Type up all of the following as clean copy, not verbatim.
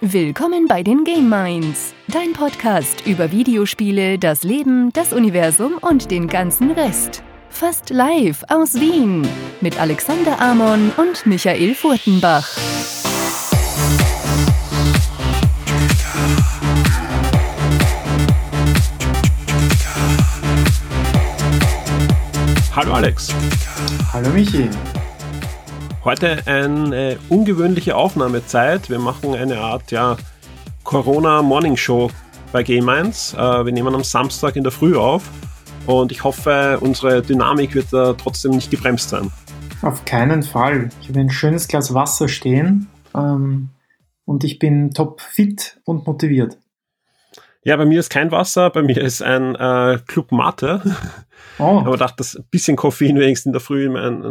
Willkommen bei den Game Minds, dein Podcast über Videospiele, das Leben, das Universum und den ganzen Rest. Fast live aus Wien mit Alexander Amon und Michael Furtenbach. Hallo Alex. Hallo Michi. Heute eine ungewöhnliche Aufnahmezeit. Wir machen eine Art Corona-Morning-Show bei Game Minds. Wir nehmen am Samstag in der Früh auf und ich hoffe, unsere Dynamik wird da trotzdem nicht gebremst sein. Auf keinen Fall. Ich habe ein schönes Glas Wasser stehen und ich bin top fit und motiviert. Ja, bei mir ist kein Wasser, bei mir ist ein Club Mate. Oh. Aber ich dachte, dass ein bisschen Koffein wenigstens in der Früh in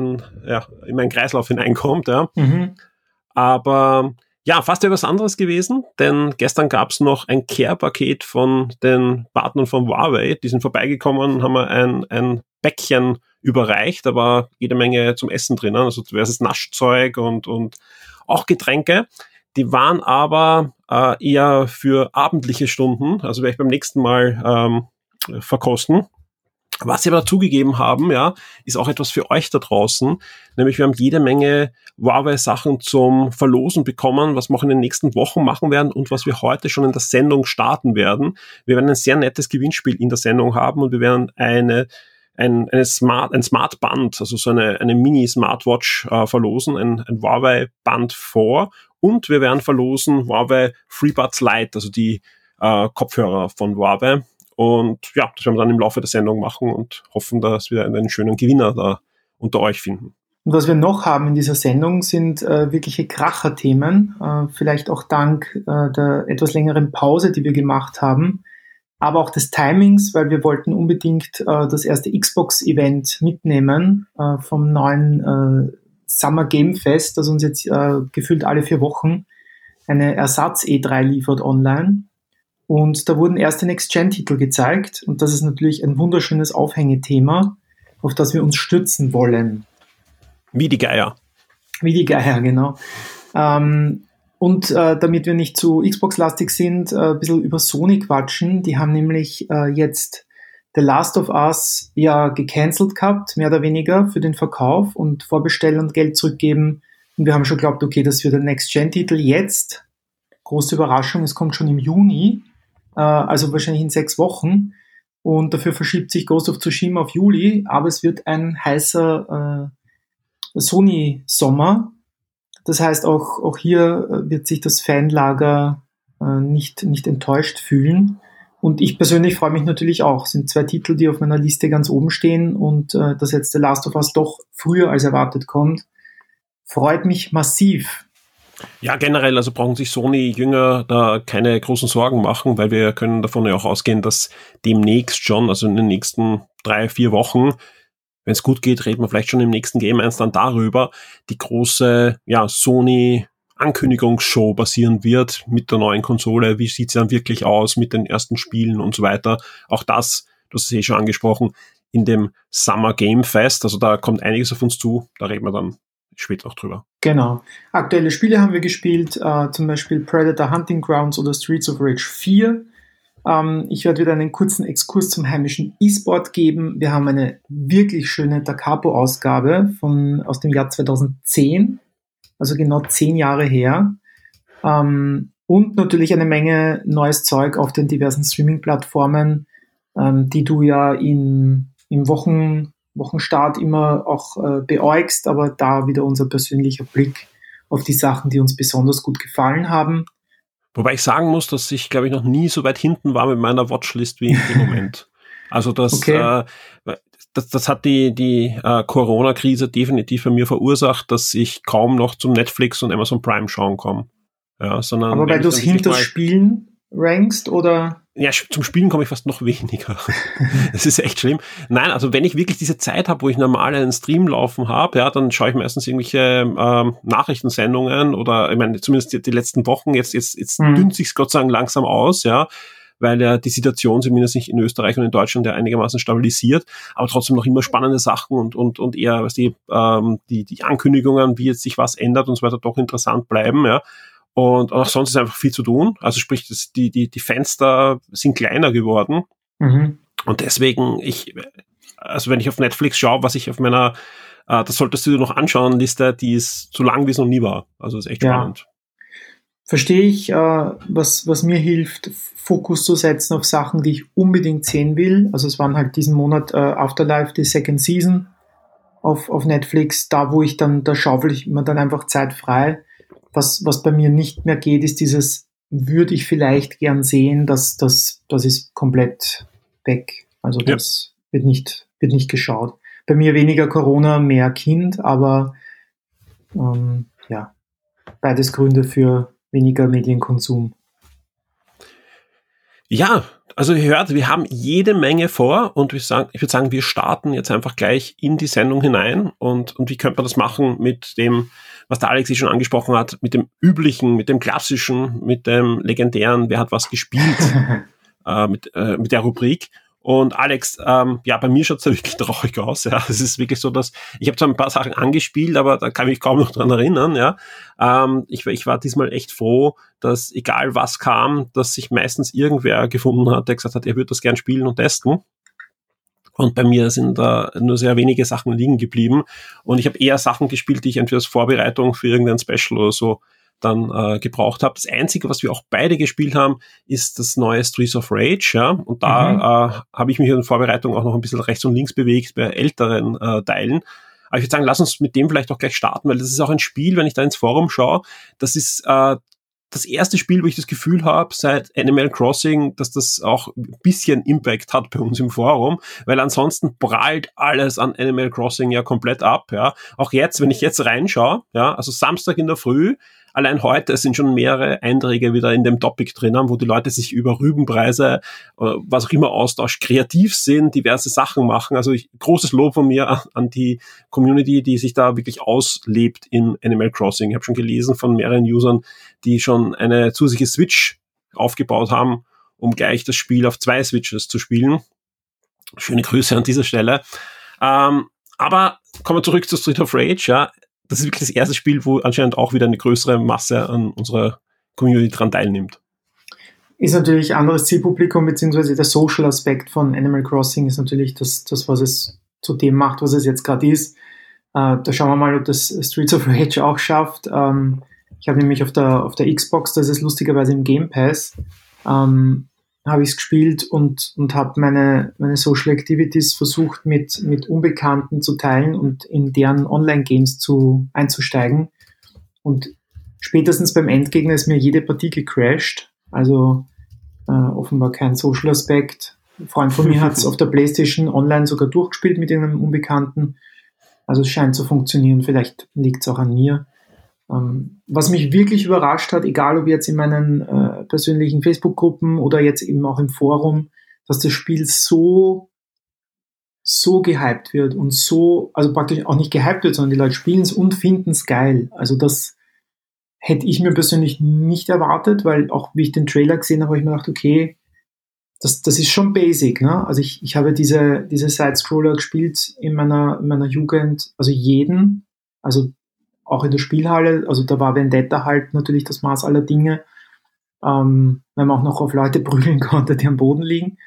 meinen Kreislauf hineinkommt. Ja. Mhm. Aber ja, fast etwas anderes gewesen, denn gestern gab es noch ein Care-Paket von den Partnern von Huawei. Die sind vorbeigekommen und haben mir ein Päckchen überreicht, da war jede Menge zum Essen drinnen, also diverses Naschzeug und auch Getränke. Die waren aber eher für abendliche Stunden, also werde ich beim nächsten Mal verkosten. Was sie aber dazugegeben haben, ist auch etwas für euch da draußen. Nämlich wir haben jede Menge Huawei-Sachen zum Verlosen bekommen, was wir auch in den nächsten Wochen machen werden und was wir heute schon in der Sendung starten werden. Wir werden ein sehr nettes Gewinnspiel in der Sendung haben und wir werden ein Smart Band, also so eine Mini-Smartwatch verlosen, ein Huawei Band 4 und wir werden verlosen Huawei FreeBuds Lite, also die Kopfhörer von Huawei. Und ja, das werden wir dann im Laufe der Sendung machen und hoffen, dass wir einen schönen Gewinner da unter euch finden. Und was wir noch haben in dieser Sendung sind wirkliche Kracher-Themen, vielleicht auch dank der etwas längeren Pause, die wir gemacht haben, aber auch des Timings, weil wir wollten unbedingt das erste Xbox-Event mitnehmen vom neuen Summer Game Fest, das uns jetzt gefühlt alle 4 Wochen eine Ersatz-E3 liefert online. Und da wurden erste Next-Gen-Titel gezeigt und das ist natürlich ein wunderschönes Aufhängethema, auf das wir uns stürzen wollen. Wie die Geier. Wie die Geier, genau. Und damit wir nicht zu Xbox-lastig sind, ein bisschen über Sony quatschen. Die haben nämlich jetzt The Last of Us gecancelt gehabt, mehr oder weniger, für den Verkauf und vorbestellen und Geld zurückgeben. Und wir haben schon geglaubt, okay, das wird ein Next-Gen-Titel. Jetzt, große Überraschung, es kommt schon im Juni. Also wahrscheinlich in 6 Wochen. Und dafür verschiebt sich Ghost of Tsushima auf Juli. Aber es wird ein heißer Sony-Sommer. Das heißt, auch hier wird sich das Fanlager nicht enttäuscht fühlen. Und ich persönlich freue mich natürlich auch. Es sind 2 Titel, die auf meiner Liste ganz oben stehen. Und dass jetzt The Last of Us doch früher als erwartet kommt, freut mich massiv. Ja, generell, also brauchen sich Sony-Jünger da keine großen Sorgen machen, weil wir können davon ja auch ausgehen, dass demnächst schon, also in den nächsten 3-4 Wochen, wenn es gut geht, reden wir vielleicht schon im nächsten Game 1 dann darüber, die große Sony-Ankündigungsshow passieren wird mit der neuen Konsole. Wie sieht sie dann wirklich aus mit den ersten Spielen und so weiter? Auch das, du hast es schon angesprochen, in dem Summer Game Fest, also da kommt einiges auf uns zu, da reden wir dann später noch drüber. Genau. Aktuelle Spiele haben wir gespielt, zum Beispiel Predator Hunting Grounds oder Streets of Rage 4. Ich werde wieder einen kurzen Exkurs zum heimischen E-Sport geben. Wir haben eine wirklich schöne Da Capo-Ausgabe aus dem Jahr 2010, also genau 10 Jahre her. Und natürlich eine Menge neues Zeug auf den diversen Streaming-Plattformen, die du ja im Wochenstart immer auch beäugst, aber da wieder unser persönlicher Blick auf die Sachen, die uns besonders gut gefallen haben. Wobei ich sagen muss, dass ich, glaube ich, noch nie so weit hinten war mit meiner Watchlist wie in dem Moment. Also das hat die Corona-Krise definitiv bei mir verursacht, dass ich kaum noch zum Netflix und Amazon Prime schauen komme. Ja, sondern aber weil du es hinter Spielen rankst, oder? Ja, zum Spielen komme ich fast noch weniger. Das ist echt schlimm. Nein, also wenn ich wirklich diese Zeit habe, wo ich normal einen Stream laufen habe, dann schaue ich meistens irgendwelche Nachrichtensendungen oder, ich meine, zumindest die letzten Wochen, jetzt dünnt sich's Gott sei Dank langsam aus, weil ja die Situation zumindest nicht in Österreich und in Deutschland ja einigermaßen stabilisiert, aber trotzdem noch immer spannende Sachen und eher, die Ankündigungen, wie jetzt sich was ändert und so weiter, doch interessant bleiben, Und auch sonst ist einfach viel zu tun. Also sprich, die Fenster sind kleiner geworden. Mhm. Und deswegen, also wenn ich auf Netflix schaue, was ich auf meiner das solltest du dir noch anschauen, Liste, die ist so lang, wie es noch nie war. Also ist echt spannend. Verstehe ich, was mir hilft, Fokus zu setzen auf Sachen, die ich unbedingt sehen will. Also es waren halt diesen Monat Afterlife, die Second Season auf Netflix, da schaufel ich mir dann einfach Zeit frei. Was bei mir nicht mehr geht, ist dieses, würde ich vielleicht gern sehen, das ist komplett weg. Also das wird nicht geschaut. Bei mir weniger Corona, mehr Kind, aber beides Gründe für weniger Medienkonsum. Ja, also ihr hört, wir haben jede Menge vor und ich würde sagen, wir starten jetzt einfach gleich in die Sendung hinein und wie könnte man das machen mit dem, was der Alex schon angesprochen hat, mit dem üblichen, mit dem klassischen, mit dem legendären, wer hat was gespielt, mit der Rubrik. Und Alex, bei mir schaut's da wirklich traurig aus. Ja, es ist wirklich so, dass ich habe zwar ein paar Sachen angespielt, aber da kann ich mich kaum noch dran erinnern. Ja, ich war diesmal echt froh, dass egal was kam, dass sich meistens irgendwer gefunden hat, der gesagt hat, er würde das gern spielen und testen. Und bei mir sind da nur sehr wenige Sachen liegen geblieben. Und ich habe eher Sachen gespielt, die ich entweder als Vorbereitung für irgendein Special oder so dann gebraucht habe. Das Einzige, was wir auch beide gespielt haben, ist das neue Streets of Rage, ja. Und da habe ich mich in Vorbereitung auch noch ein bisschen rechts und links bewegt bei älteren Teilen. Aber ich würde sagen, lass uns mit dem vielleicht auch gleich starten, weil das ist auch ein Spiel, wenn ich da ins Forum schaue, das ist das erste Spiel, wo ich das Gefühl habe, seit Animal Crossing, dass das auch ein bisschen Impact hat bei uns im Forum, weil ansonsten prallt alles an Animal Crossing ja komplett ab, ja. Auch jetzt, wenn ich jetzt reinschaue, ja, also Samstag in der Früh, allein heute sind schon mehrere Einträge wieder in dem Topic drinnen, wo die Leute sich über Rübenpreise, was auch immer austauschen, kreativ sind, diverse Sachen machen. Also großes Lob von mir an die Community, die sich da wirklich auslebt in Animal Crossing. Ich habe schon gelesen von mehreren Usern, die schon eine zusätzliche Switch aufgebaut haben, um gleich das Spiel auf 2 Switches zu spielen. Schöne Grüße an dieser Stelle. Aber kommen wir zurück zu Street of Rage, ja. Das ist wirklich das erste Spiel, wo anscheinend auch wieder eine größere Masse an unserer Community dran teilnimmt. Ist natürlich ein anderes Zielpublikum, beziehungsweise der Social-Aspekt von Animal Crossing ist natürlich das, was es zu dem macht, was es jetzt gerade ist. Da schauen wir mal, ob das Streets of Rage auch schafft. Ich habe nämlich auf der Xbox, das ist lustigerweise im Game Pass, habe ich es gespielt und habe meine Social Activities versucht mit Unbekannten zu teilen und in deren Online-Games einzusteigen. Und spätestens beim Endgegner ist mir jede Partie gecrashed. Also offenbar kein Social-Aspekt. Ein Freund von mir hat es auf der PlayStation online sogar durchgespielt mit irgendeinem Unbekannten. Also es scheint zu funktionieren. Vielleicht liegt es auch an mir. Was mich wirklich überrascht hat, egal ob jetzt in meinen persönlichen Facebook-Gruppen oder jetzt eben auch im Forum, dass das Spiel so gehypt wird und so, also praktisch auch nicht gehypt wird, sondern die Leute spielen es und finden es geil. Also das hätte ich mir persönlich nicht erwartet, weil auch wie ich den Trailer gesehen habe, habe ich mir gedacht, okay, das ist schon basic, ne? Also ich habe diese Side-Scroller gespielt in meiner Jugend, also also auch in der Spielhalle, also da war Vendetta halt natürlich das Maß aller Dinge, wenn man auch noch auf Leute prügeln konnte, die am Boden liegen.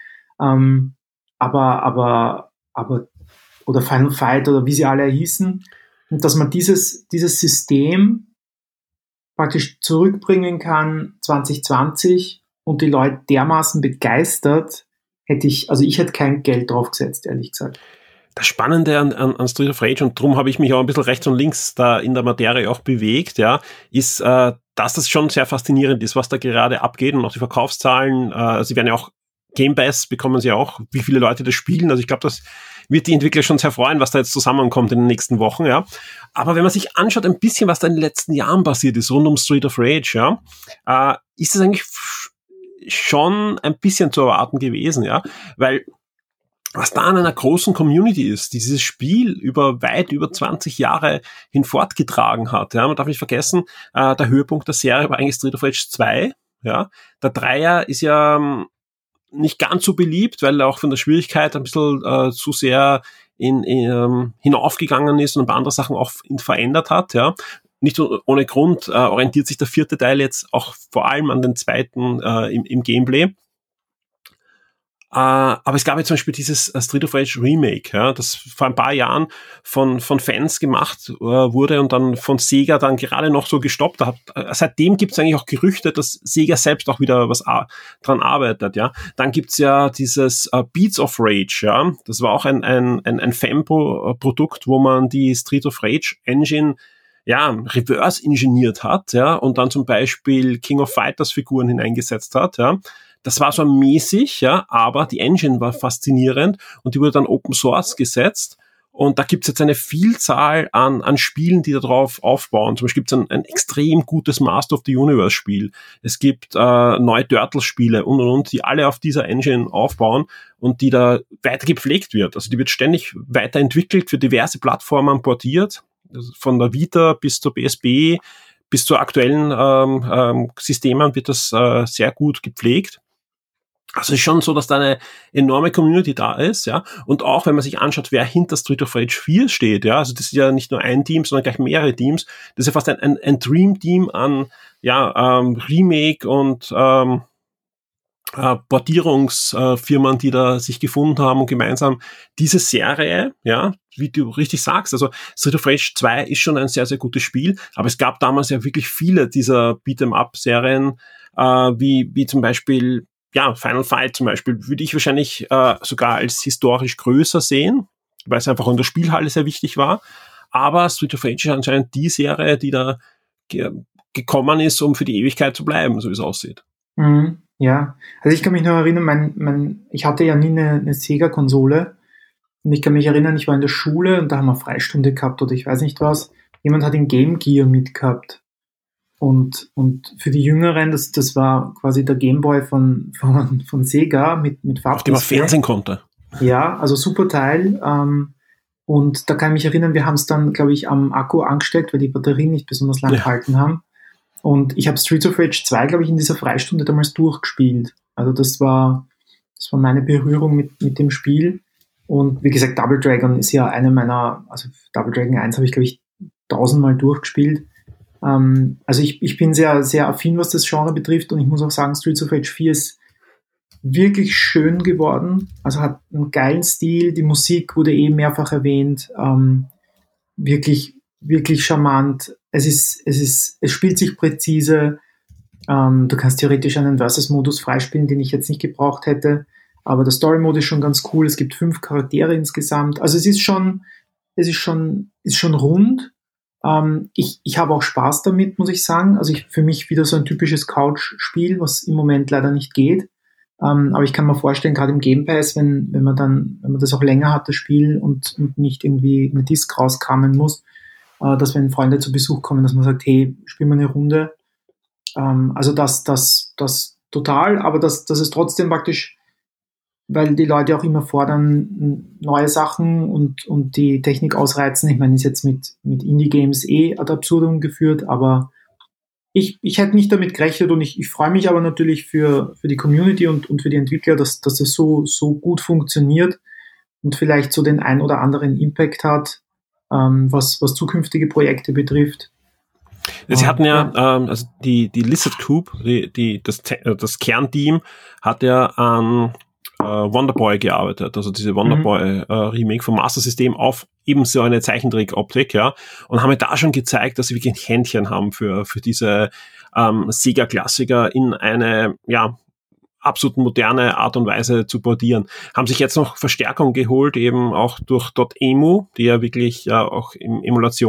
Aber oder Final Fight oder wie sie alle hießen. Und dass man dieses System praktisch zurückbringen kann 2020 und die Leute dermaßen begeistert, ich hätte kein Geld drauf gesetzt, ehrlich gesagt. Das Spannende an Street of Rage, und darum habe ich mich auch ein bisschen rechts und links da in der Materie auch bewegt, ja, ist, dass das schon sehr faszinierend ist, was da gerade abgeht und auch die Verkaufszahlen. Sie werden ja auch Game Pass, bekommen sie auch, wie viele Leute das spielen. Also ich glaube, das wird die Entwickler schon sehr freuen, was da jetzt zusammenkommt in den nächsten Wochen, ja. Aber wenn man sich anschaut, ein bisschen, was da in den letzten Jahren passiert ist, rund um Street of Rage, ja, ist es eigentlich schon ein bisschen zu erwarten gewesen, ja, weil was da an einer großen Community ist, die dieses Spiel weit über 20 Jahre hinfortgetragen hat. Ja, man darf nicht vergessen, der Höhepunkt der Serie war eigentlich Street of Rage 2. Ja, der Dreier ist ja nicht ganz so beliebt, weil er auch von der Schwierigkeit ein bisschen zu sehr hinaufgegangen ist und ein paar andere Sachen auch verändert hat. Ja, nicht ohne Grund orientiert sich der 4. Teil jetzt auch vor allem an den zweiten im Gameplay. Aber es gab jetzt zum Beispiel dieses Street of Rage Remake, ja, das vor ein paar Jahren von Fans gemacht wurde und dann von Sega dann gerade noch so gestoppt hat. Seitdem gibt's eigentlich auch Gerüchte, dass Sega selbst auch wieder was dran arbeitet, ja. Dann gibt's ja dieses Beats of Rage, ja. Das war auch ein Fan-Produkt, wo man die Street of Rage Engine reverse engineert hat, ja, und dann zum Beispiel King of Fighters Figuren hineingesetzt hat, ja. Das war so mäßig, ja, aber die Engine war faszinierend und die wurde dann Open Source gesetzt. Und da gibt's jetzt eine Vielzahl an Spielen, die darauf aufbauen. Zum Beispiel gibt's ein extrem gutes Master of the Universe Spiel. Es gibt neue Turtles-Spiele und, die alle auf dieser Engine aufbauen und die da weiter gepflegt wird. Also die wird ständig weiterentwickelt, für diverse Plattformen portiert, also von der Vita bis zur PSP bis zu aktuellen Systemen wird das sehr gut gepflegt. Also es ist schon so, dass da eine enorme Community da ist, ja. Und auch, wenn man sich anschaut, wer hinter Street of Rage 4 steht, ja. Also das ist ja nicht nur ein Team, sondern gleich mehrere Teams. Das ist ja fast ein Dream-Team an, Remake und, Portierungsfirmen, die da sich gefunden haben und gemeinsam diese Serie, ja, wie du richtig sagst, also Street of Rage 2 ist schon ein sehr, sehr gutes Spiel, aber es gab damals ja wirklich viele dieser Beat'em-up-Serien, wie zum Beispiel Final Fight zum Beispiel würde ich wahrscheinlich sogar als historisch größer sehen, weil es einfach in der Spielhalle sehr wichtig war. Aber Street of Rage ist anscheinend die Serie, die da gekommen ist, um für die Ewigkeit zu bleiben, so wie es aussieht. Mhm, ja, also ich kann mich noch erinnern, ich hatte ja nie eine Sega-Konsole und ich kann mich erinnern, ich war in der Schule und da haben wir Freistunde gehabt oder ich weiß nicht was. Jemand hat den Game Gear mitgehabt. Und für die Jüngeren, das war quasi der Gameboy von Sega mit Farbdisplay. Auf dem man fernsehen konnte. Ja, also super Teil. Und da kann ich mich erinnern, wir haben es dann, glaube ich, am Akku angesteckt, weil die Batterien nicht besonders lang gehalten haben. Und ich habe Streets of Rage 2, glaube ich, in dieser Freistunde damals durchgespielt. Also das war meine Berührung mit dem Spiel. Und wie gesagt, Double Dragon ist ja also Double Dragon 1 habe ich, glaube ich, 1000-mal durchgespielt. Also ich bin sehr, sehr affin, was das Genre betrifft und ich muss auch sagen, Streets of Rage 4 ist wirklich schön geworden, also hat einen geilen Stil, die Musik wurde mehrfach erwähnt, wirklich, wirklich charmant, es spielt sich präzise, du kannst theoretisch einen Versus-Modus freispielen, den ich jetzt nicht gebraucht hätte, aber der Story-Mode ist schon ganz cool, es gibt 5 Charaktere insgesamt, also es ist schon rund. Ich habe auch Spaß damit, muss ich sagen. Also für mich wieder so ein typisches Couch-Spiel, was im Moment leider nicht geht. Aber ich kann mir vorstellen, gerade im Game Pass, wenn man das auch länger hat, das Spiel, und nicht irgendwie eine Disc rauskramen muss, dass wenn Freunde zu Besuch kommen, dass man sagt, hey, spielen wir eine Runde. Also das total, aber das ist trotzdem praktisch, weil die Leute auch immer fordern, neue Sachen und die Technik ausreizen. Ich meine, ist jetzt mit Indie-Games ad absurdum geführt, aber ich hätte nicht damit gerechnet und ich freue mich aber natürlich für die Community und für die Entwickler, dass das so gut funktioniert und vielleicht so den ein oder anderen Impact hat, was zukünftige Projekte betrifft. Sie hatten also die Lizard Group, das Kernteam hat ja an Wonderboy gearbeitet, also diese Wonderboy Remake vom Master System auf ebenso eine Zeichentrick-Optik, ja, und haben mir da schon gezeigt, dass sie wirklich ein Händchen haben für diese Sega-Klassiker in eine, absolut moderne Art und Weise zu portieren. Haben sich jetzt noch Verstärkung geholt, eben auch durch .emu, die ja wirklich auch im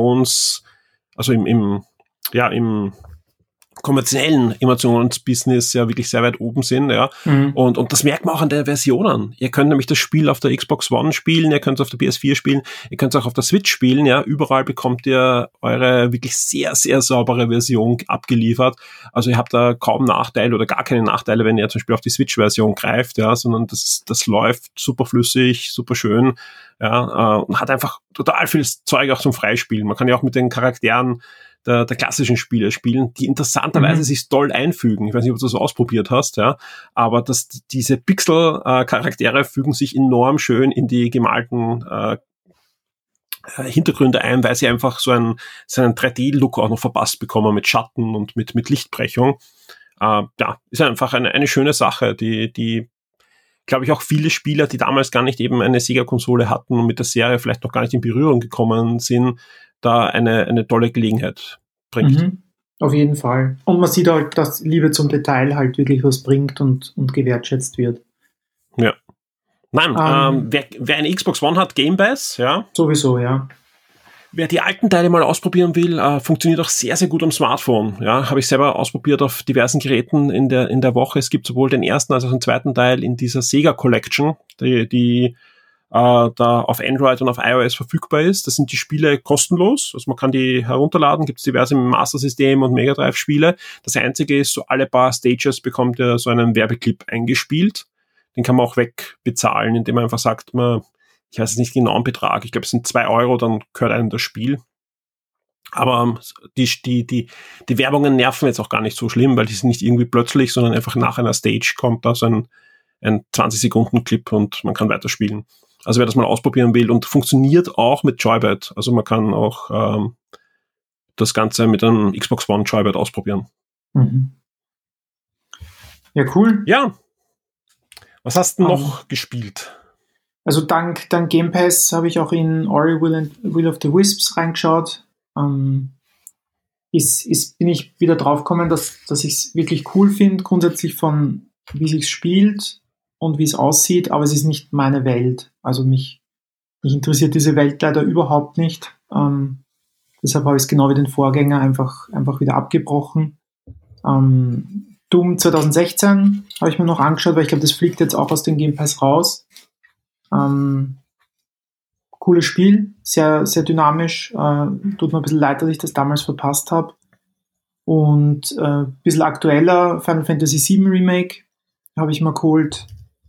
im kommerziellen Emotionsbusiness ja wirklich sehr weit oben sind, ja. Mhm. Und das merkt man auch an der Versionen. Ihr könnt nämlich das Spiel auf der Xbox One spielen, ihr könnt es auf der PS4 spielen, ihr könnt es auch auf der Switch spielen, ja. Überall bekommt ihr eure wirklich sehr, sehr saubere Version abgeliefert. Also ihr habt da kaum Nachteile oder gar keine Nachteile, wenn ihr zum Beispiel auf die Switch-Version greift, ja, sondern das läuft super flüssig, super schön, ja, und hat einfach total viel Zeug auch zum Freispielen. Man kann ja auch mit den Charakteren der klassischen Spiele spielen, die interessanterweise sich toll einfügen. Ich weiß nicht, ob du das ausprobiert hast, ja, aber diese Pixel-Charaktere fügen sich enorm schön in die gemalten Hintergründe ein, weil sie einfach so einen 3D-Look auch noch verpasst bekommen mit Schatten und mit Lichtbrechung. Ist einfach eine schöne Sache, die glaube ich auch viele Spieler, die damals gar nicht eben eine Sega-Konsole hatten und mit der Serie vielleicht noch gar nicht in Berührung gekommen sind, da eine tolle Gelegenheit bringt. Mhm, auf jeden Fall. Und man sieht halt, dass Liebe zum Detail halt wirklich was bringt und gewertschätzt wird. Ja. Nein, wer eine Xbox One hat, Game Pass, ja. Sowieso, ja. Wer die alten Teile mal ausprobieren will, funktioniert auch sehr, sehr gut am Smartphone. Ja, habe ich selber ausprobiert auf diversen Geräten in der Woche. Es gibt sowohl den ersten als auch den zweiten Teil in dieser Sega Collection, die da auf Android und auf iOS verfügbar ist. Das sind die Spiele kostenlos. Also man kann die herunterladen, gibt es diverse Master System und Mega Drive Spiele. Das einzige ist, so alle paar Stages bekommt ihr so einen Werbeclip eingespielt. Den kann man auch wegbezahlen, indem man einfach sagt, ich weiß jetzt nicht den genauen Betrag, ich glaube es sind 2 €, dann gehört einem das Spiel. Aber die Werbungen nerven jetzt auch gar nicht so schlimm, weil die sind nicht irgendwie plötzlich, sondern einfach nach einer Stage kommt da so ein 20-Sekunden-Clip und man kann weiterspielen. Also wer das mal ausprobieren will, und funktioniert auch mit Joybird. Also man kann auch das Ganze mit einem Xbox One Joybird ausprobieren. Mhm. Ja, cool. Ja. Was hast du noch gespielt? Also dank Game Pass habe ich auch in Ori Will of the Wisps reingeschaut. Bin ich wieder draufgekommen, dass ich es wirklich cool finde, grundsätzlich von wie es sich spielt und wie es aussieht, aber es ist nicht meine Welt. Also mich interessiert diese Welt leider überhaupt nicht. Deshalb habe ich es genau wie den Vorgänger einfach wieder abgebrochen. Doom 2016 habe ich mir noch angeschaut, weil ich glaube, das fliegt jetzt auch aus dem Game Pass raus. Cooles Spiel, sehr, sehr dynamisch. Tut mir ein bisschen leid, dass ich das damals verpasst habe. Und ein bisschen aktueller, Final Fantasy VII Remake habe ich mal geholt.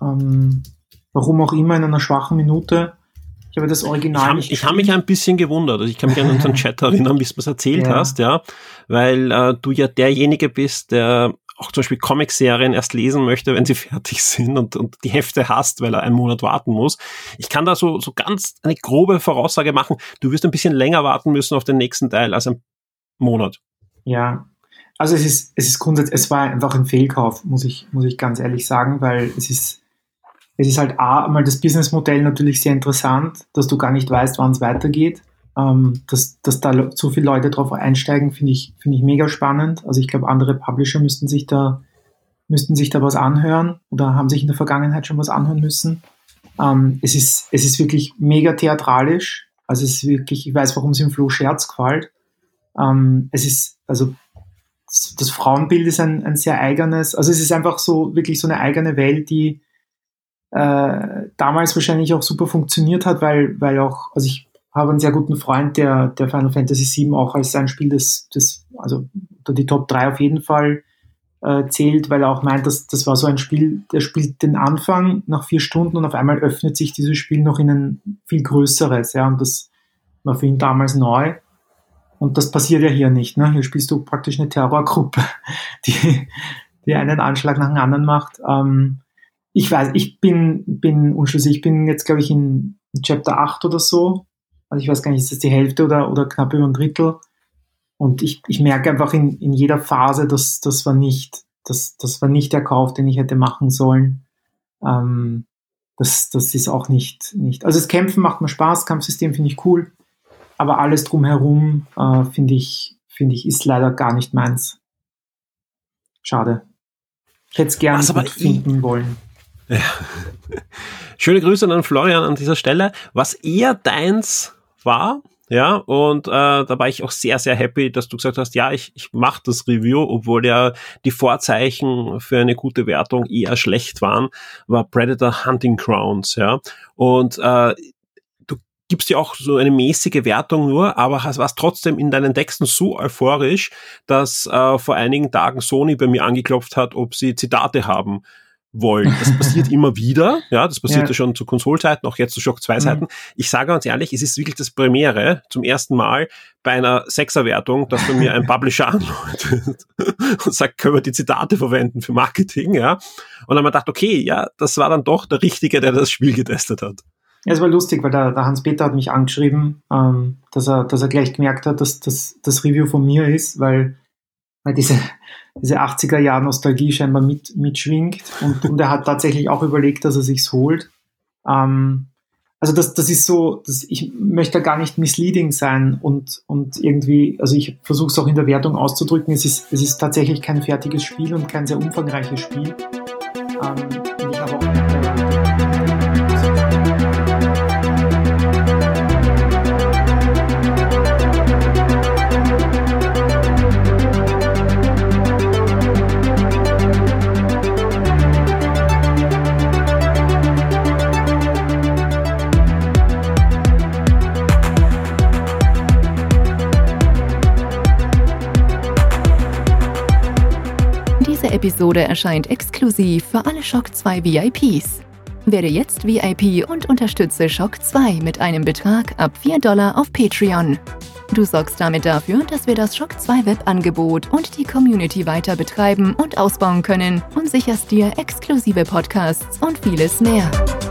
Warum auch immer, in einer schwachen Minute. Ich habe das Original nicht. Ich habe mich ein bisschen gewundert. Also ich kann mich an unseren Chat erinnern, wie du es erzählt hast, ja. Weil du ja derjenige bist, der auch zum Beispiel Comic-Serien erst lesen möchte, wenn sie fertig sind und die Hefte hasst, weil er einen Monat warten muss. Ich kann da so ganz eine grobe Voraussage machen. Du wirst ein bisschen länger warten müssen auf den nächsten Teil als einen Monat. Ja, also es ist grundsätzlich, es war einfach ein Fehlkauf, muss ich ganz ehrlich sagen, weil es ist halt einmal das Businessmodell natürlich sehr interessant, dass du gar nicht weißt, wann es weitergeht. Dass da so viele Leute drauf einsteigen, finde ich mega spannend. Also ich glaube, andere Publisher müssten sich da was anhören oder haben sich in der Vergangenheit schon was anhören müssen. Es ist wirklich mega theatralisch. Also es ist wirklich, ich weiß, warum es im Flo Scherz gefällt. Also das Frauenbild ist ein sehr eigenes, also es ist einfach so wirklich so eine eigene Welt, die damals wahrscheinlich auch super funktioniert hat, weil auch, also ich habe einen sehr guten Freund, der Final Fantasy VII auch als sein Spiel, das also unter die Top 3 auf jeden Fall zählt, weil er auch meint, das war so ein Spiel, der spielt den Anfang nach 4 Stunden und auf einmal öffnet sich dieses Spiel noch in ein viel größeres, ja, und das war für ihn damals neu. Und das passiert ja hier nicht, ne? Hier spielst du praktisch eine Terrorgruppe, die einen Anschlag nach dem anderen macht. Ich weiß, ich bin unschlüssig. Ich bin jetzt, glaube ich, in Chapter 8 oder so. Also ich weiß gar nicht, ist das die Hälfte oder knapp über ein Drittel? Und ich merke einfach in jeder Phase, das war nicht der Kauf, den ich hätte machen sollen. Das ist auch nicht. Also das Kämpfen macht mir Spaß, Kampfsystem finde ich cool, aber alles drumherum finde ich ist leider gar nicht meins. Schade. Ich hätte es gerne finden wollen. Ja. Schöne Grüße an Florian an dieser Stelle. Was eher deins war, ja, und da war ich auch sehr, sehr happy, dass du gesagt hast, ja, ich mache das Review, obwohl ja die Vorzeichen für eine gute Wertung eher schlecht waren, war Predator Hunting Grounds, ja. Und du gibst ja auch so eine mäßige Wertung nur, aber warst trotzdem in deinen Texten so euphorisch, dass vor einigen Tagen Sony bei mir angeklopft hat, ob sie Zitate haben wollen. Das passiert immer wieder, ja, das passiert ja schon zu Konsolzeiten, auch jetzt zu Shock 2 Seiten. Ich sage ganz ehrlich, es ist wirklich das Premiere zum ersten Mal bei einer 6er-Wertung, dass bei mir ein Publisher anläutet und sagt, können wir die Zitate verwenden für Marketing, ja. Und dann haben wir gedacht, okay, ja, das war dann doch der Richtige, der das Spiel getestet hat. Ja, es war lustig, weil der Hans-Peter hat mich angeschrieben, dass er gleich gemerkt hat, dass das Review von mir ist, weil diese 80er-Jahr-Nostalgie scheinbar mitschwingt und er hat tatsächlich auch überlegt, dass er sich's holt. Also das ist so, ich möchte gar nicht misleading sein und irgendwie, also ich versuche es auch in der Wertung auszudrücken, es ist tatsächlich kein fertiges Spiel und kein sehr umfangreiches Spiel. Und ich habe auch Diese Episode erscheint exklusiv für alle Shock 2 VIPs. Werde jetzt VIP und unterstütze Shock 2 mit einem Betrag ab $4 auf Patreon. Du sorgst damit dafür, dass wir das Shock 2 Webangebot und die Community weiter betreiben und ausbauen können und sicherst dir exklusive Podcasts und vieles mehr.